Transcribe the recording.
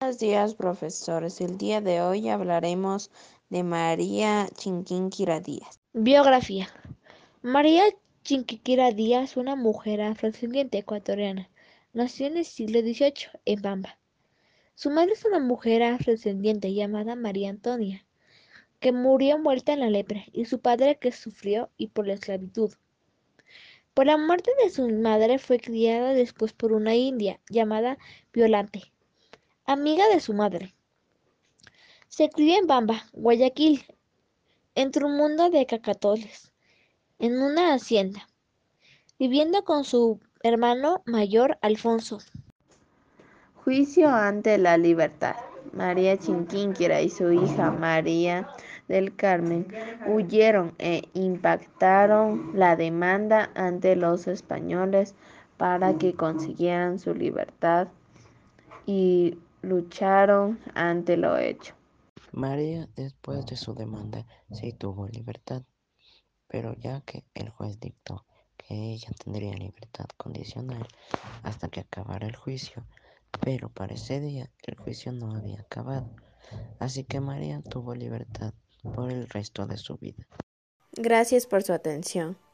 Buenos días, profesores. El día de hoy hablaremos de María Chinquinquirá Díaz. Biografía. María Chinquiquira Díaz, una mujer afrodescendiente ecuatoriana, nació en el siglo XVIII en Pamba. Su madre es una mujer afrodescendiente llamada María Antonia, que murió muerta en la lepra, y su padre que sufrió y por la esclavitud. Por la muerte de su madre fue criada después por una india llamada Violante, amiga de su madre. Se crió en Bamba, Guayaquil, entre un mundo de cacatoles, en una hacienda, viviendo con su hermano mayor Alfonso. Juicio ante la libertad. María Chinquinquirá y su hija María del Carmen huyeron e impactaron la demanda ante los españoles para que consiguieran su libertad y lucharon ante lo hecho. María, después de su demanda, sí tuvo libertad, pero ya que el juez dictó que ella tendría libertad condicional hasta que acabara el juicio, pero para ese día el juicio no había acabado, así que María tuvo libertad por el resto de su vida. Gracias por su atención.